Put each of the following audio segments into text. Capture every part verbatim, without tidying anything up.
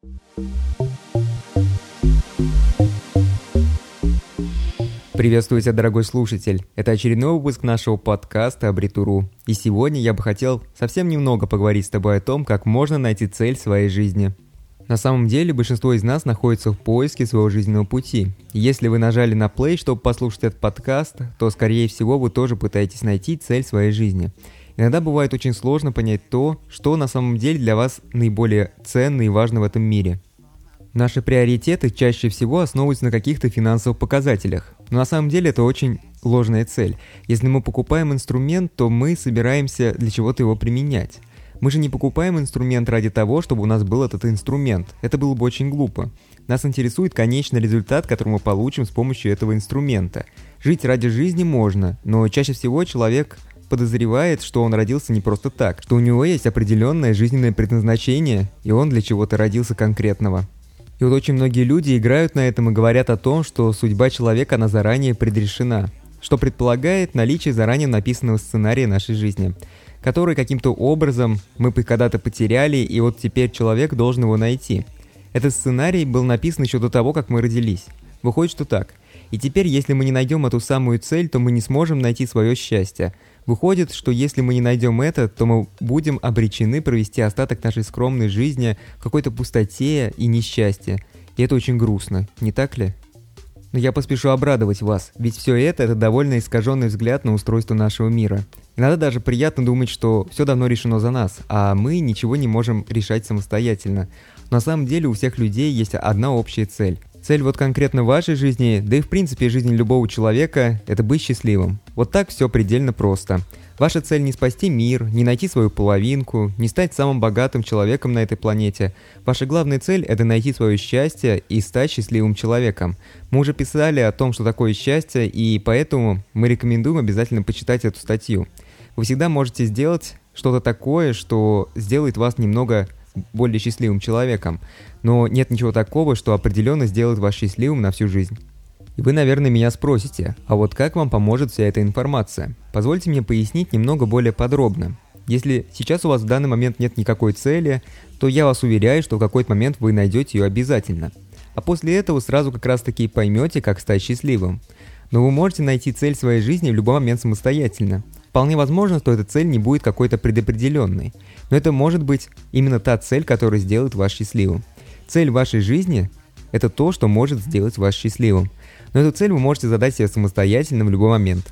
Приветствую тебя, дорогой слушатель. Это очередной выпуск нашего подкаста «Абритуру». И сегодня я бы хотел совсем немного поговорить с тобой о том, как можно найти цель в своей жизни. На самом деле, большинство из нас находится в поиске своего жизненного пути. И если вы нажали на play, чтобы послушать этот подкаст, то, скорее всего, вы тоже пытаетесь найти цель в своей жизни. Иногда бывает очень сложно понять то, что на самом деле для вас наиболее ценно и важно в этом мире. Наши приоритеты чаще всего основываются на каких-то финансовых показателях. Но на самом деле это очень ложная цель. Если мы покупаем инструмент, то мы собираемся для чего-то его применять. Мы же не покупаем инструмент ради того, чтобы у нас был этот инструмент. Это было бы очень глупо. Нас интересует конечный результат, который мы получим с помощью этого инструмента. Жить ради жизни можно, но чаще всего человек подозревает, что он родился не просто так, что у него есть определенное жизненное предназначение, и он для чего-то родился конкретного. И вот очень многие люди играют на этом и говорят о том, что судьба человека, она заранее предрешена, что предполагает наличие заранее написанного сценария нашей жизни, который каким-то образом мы когда-то потеряли, и вот теперь человек должен его найти. Этот сценарий был написан еще до того, как мы родились. Выходит, что так. И теперь, если мы не найдем эту самую цель, то мы не сможем найти свое счастье. Выходит, что если мы не найдем это, то мы будем обречены провести остаток нашей скромной жизни в какой-то пустоте и несчастье. И это очень грустно, не так ли? Но я поспешу обрадовать вас, ведь все это – это довольно искаженный взгляд на устройство нашего мира. Иногда даже приятно думать, что все давно решено за нас, а мы ничего не можем решать самостоятельно. Но на самом деле у всех людей есть одна общая цель. Цель вот конкретно вашей жизни, да и в принципе жизни любого человека – это быть счастливым. Вот так все предельно просто. Ваша цель не спасти мир, не найти свою половинку, не стать самым богатым человеком на этой планете. Ваша главная цель – это найти свое счастье и стать счастливым человеком. Мы уже писали о том, что такое счастье, и поэтому мы рекомендуем обязательно почитать эту статью. Вы всегда можете сделать что-то такое, что сделает вас немного более счастливым человеком, но нет ничего такого, что определенно сделает вас счастливым на всю жизнь. И вы, наверное, меня спросите, а вот как вам поможет вся эта информация? Позвольте мне пояснить немного более подробно. Если сейчас у вас в данный момент нет никакой цели, то я вас уверяю, что в какой-то момент вы найдете ее обязательно. А после этого сразу как раз таки поймете, как стать счастливым. Но вы можете найти цель своей жизни в любой момент самостоятельно. Вполне возможно, что эта цель не будет какой-то предопределенной, но это может быть именно та цель, которая сделает вас счастливым. Цель вашей жизни – это то, что может сделать вас счастливым, но эту цель вы можете задать себе самостоятельно в любой момент.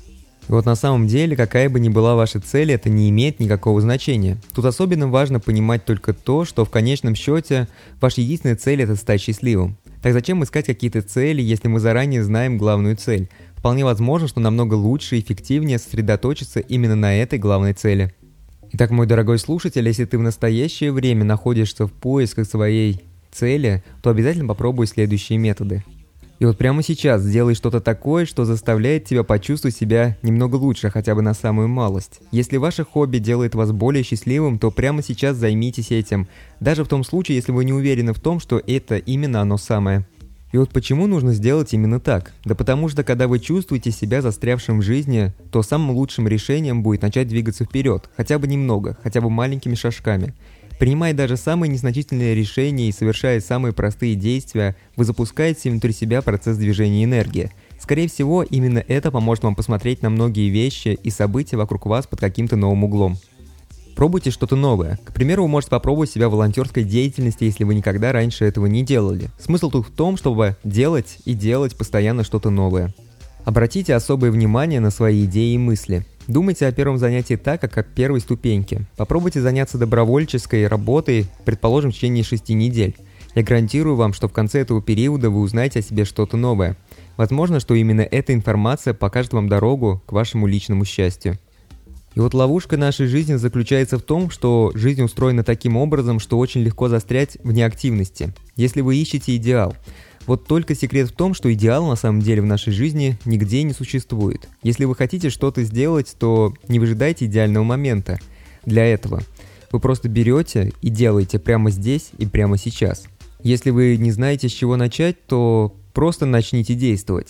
И вот на самом деле, какая бы ни была ваша цель, это не имеет никакого значения. Тут особенно важно понимать только то, что в конечном счете ваша единственная цель – это стать счастливым. Так зачем искать какие-то цели, если мы заранее знаем главную цель? Вполне возможно, что намного лучше и эффективнее сосредоточиться именно на этой главной цели. Итак, мой дорогой слушатель, если ты в настоящее время находишься в поисках своей цели, то обязательно попробуй следующие методы. И вот прямо сейчас сделай что-то такое, что заставляет тебя почувствовать себя немного лучше, хотя бы на самую малость. Если ваше хобби делает вас более счастливым, то прямо сейчас займитесь этим, даже в том случае, если вы не уверены в том, что это именно оно самое. И вот почему нужно сделать именно так? Да потому что, когда вы чувствуете себя застрявшим в жизни, то самым лучшим решением будет начать двигаться вперед, хотя бы немного, хотя бы маленькими шажками. Принимая даже самые незначительные решения и совершая самые простые действия, вы запускаете внутри себя процесс движения энергии. Скорее всего, именно это поможет вам посмотреть на многие вещи и события вокруг вас под каким-то новым углом. Пробуйте что-то новое. К примеру, вы можете попробовать себя в волонтерской деятельности, если вы никогда раньше этого не делали. Смысл тут в том, чтобы делать и делать постоянно что-то новое. Обратите особое внимание на свои идеи и мысли. Думайте о первом занятии так, как о первой ступеньке. Попробуйте заняться добровольческой работой, предположим, в течение шести недель. Я гарантирую вам, что в конце этого периода вы узнаете о себе что-то новое. Возможно, что именно эта информация покажет вам дорогу к вашему личному счастью. И вот ловушка нашей жизни заключается в том, что жизнь устроена таким образом, что очень легко застрять в неактивности, если вы ищете идеал. Вот только секрет в том, что идеал на самом деле в нашей жизни нигде не существует. Если вы хотите что-то сделать, то не выжидайте идеального момента. Для этого вы просто берете и делаете прямо здесь и прямо сейчас. Если вы не знаете, с чего начать, то просто начните действовать.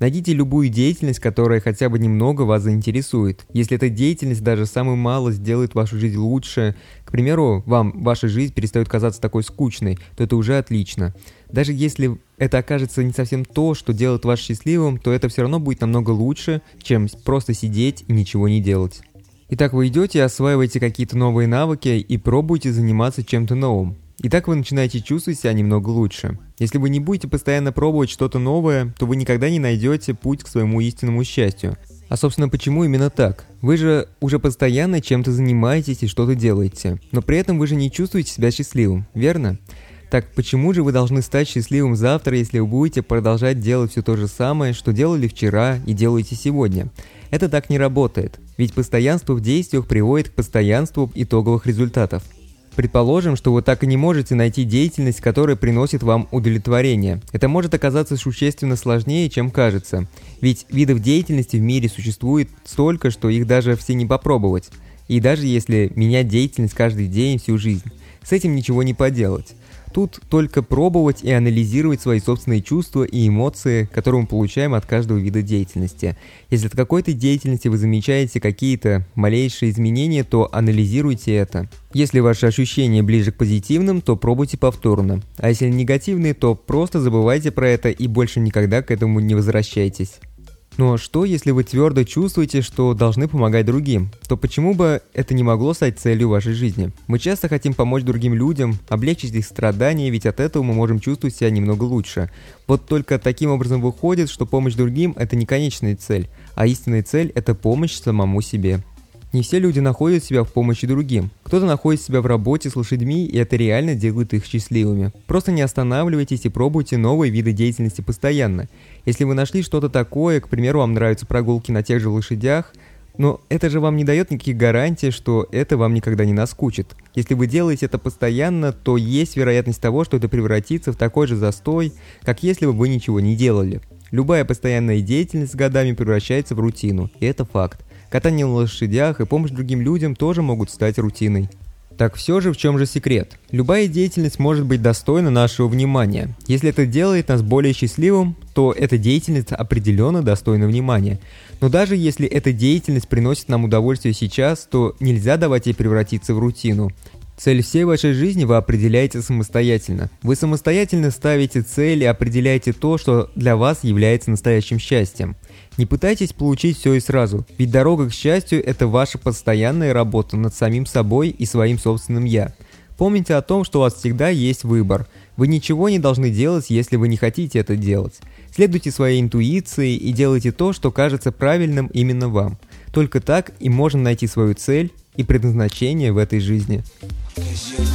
Найдите любую деятельность, которая хотя бы немного вас заинтересует. Если эта деятельность даже самую мало сделает вашу жизнь лучше, к примеру, вам ваша жизнь перестает казаться такой скучной, то это уже отлично. Даже если это окажется не совсем то, что делает вас счастливым, то это все равно будет намного лучше, чем просто сидеть и ничего не делать. Итак, вы идете, осваиваете какие-то новые навыки и пробуете заниматься чем-то новым. И так вы начинаете чувствовать себя немного лучше. Если вы не будете постоянно пробовать что-то новое, то вы никогда не найдете путь к своему истинному счастью. А собственно, почему именно так? Вы же уже постоянно чем-то занимаетесь и что-то делаете, но при этом вы же не чувствуете себя счастливым, верно? Так почему же вы должны стать счастливым завтра, если вы будете продолжать делать все то же самое, что делали вчера и делаете сегодня? Это так не работает, ведь постоянство в действиях приводит к постоянству итоговых результатов. Предположим, что вы так и не можете найти деятельность, которая приносит вам удовлетворение. Это может оказаться существенно сложнее, чем кажется. Ведь видов деятельности в мире существует столько, что их даже все не попробовать. И даже если менять деятельность каждый день всю жизнь, с этим ничего не поделать. Тут только пробовать и анализировать свои собственные чувства и эмоции, которые мы получаем от каждого вида деятельности. Если от какой-то деятельности вы замечаете какие-то малейшие изменения, то анализируйте это. Если ваши ощущения ближе к позитивным, то пробуйте повторно. А если негативные, то просто забывайте про это и больше никогда к этому не возвращайтесь. Но что, если вы твердо чувствуете, что должны помогать другим? То почему бы это не могло стать целью вашей жизни? Мы часто хотим помочь другим людям, облегчить их страдания, ведь от этого мы можем чувствовать себя немного лучше. Вот только таким образом выходит, что помощь другим – это не конечная цель, а истинная цель – это помощь самому себе. Не все люди находят себя в помощи другим. Кто-то находит себя в работе с лошадьми, и это реально делает их счастливыми. Просто не останавливайтесь и пробуйте новые виды деятельности постоянно. Если вы нашли что-то такое, к примеру, вам нравятся прогулки на тех же лошадях, но это же вам не дает никаких гарантий, что это вам никогда не наскучит. Если вы делаете это постоянно, то есть вероятность того, что это превратится в такой же застой, как если бы вы ничего не делали. Любая постоянная деятельность с годами превращается в рутину, и это факт. Катание на лошадях и помощь другим людям тоже могут стать рутиной. Так все же в чем же секрет? Любая деятельность может быть достойна нашего внимания. Если это делает нас более счастливым, то эта деятельность определенно достойна внимания. Но даже если эта деятельность приносит нам удовольствие сейчас, то нельзя давать ей превратиться в рутину. Цель всей вашей жизни вы определяете самостоятельно. Вы самостоятельно ставите цель и определяете то, что для вас является настоящим счастьем. Не пытайтесь получить все и сразу, ведь дорога к счастью – это ваша постоянная работа над самим собой и своим собственным «я». Помните о том, что у вас всегда есть выбор. Вы ничего не должны делать, если вы не хотите это делать. Следуйте своей интуиции и делайте то, что кажется правильным именно вам. Только так и можно найти свою цель и предназначение в этой жизни. Cause you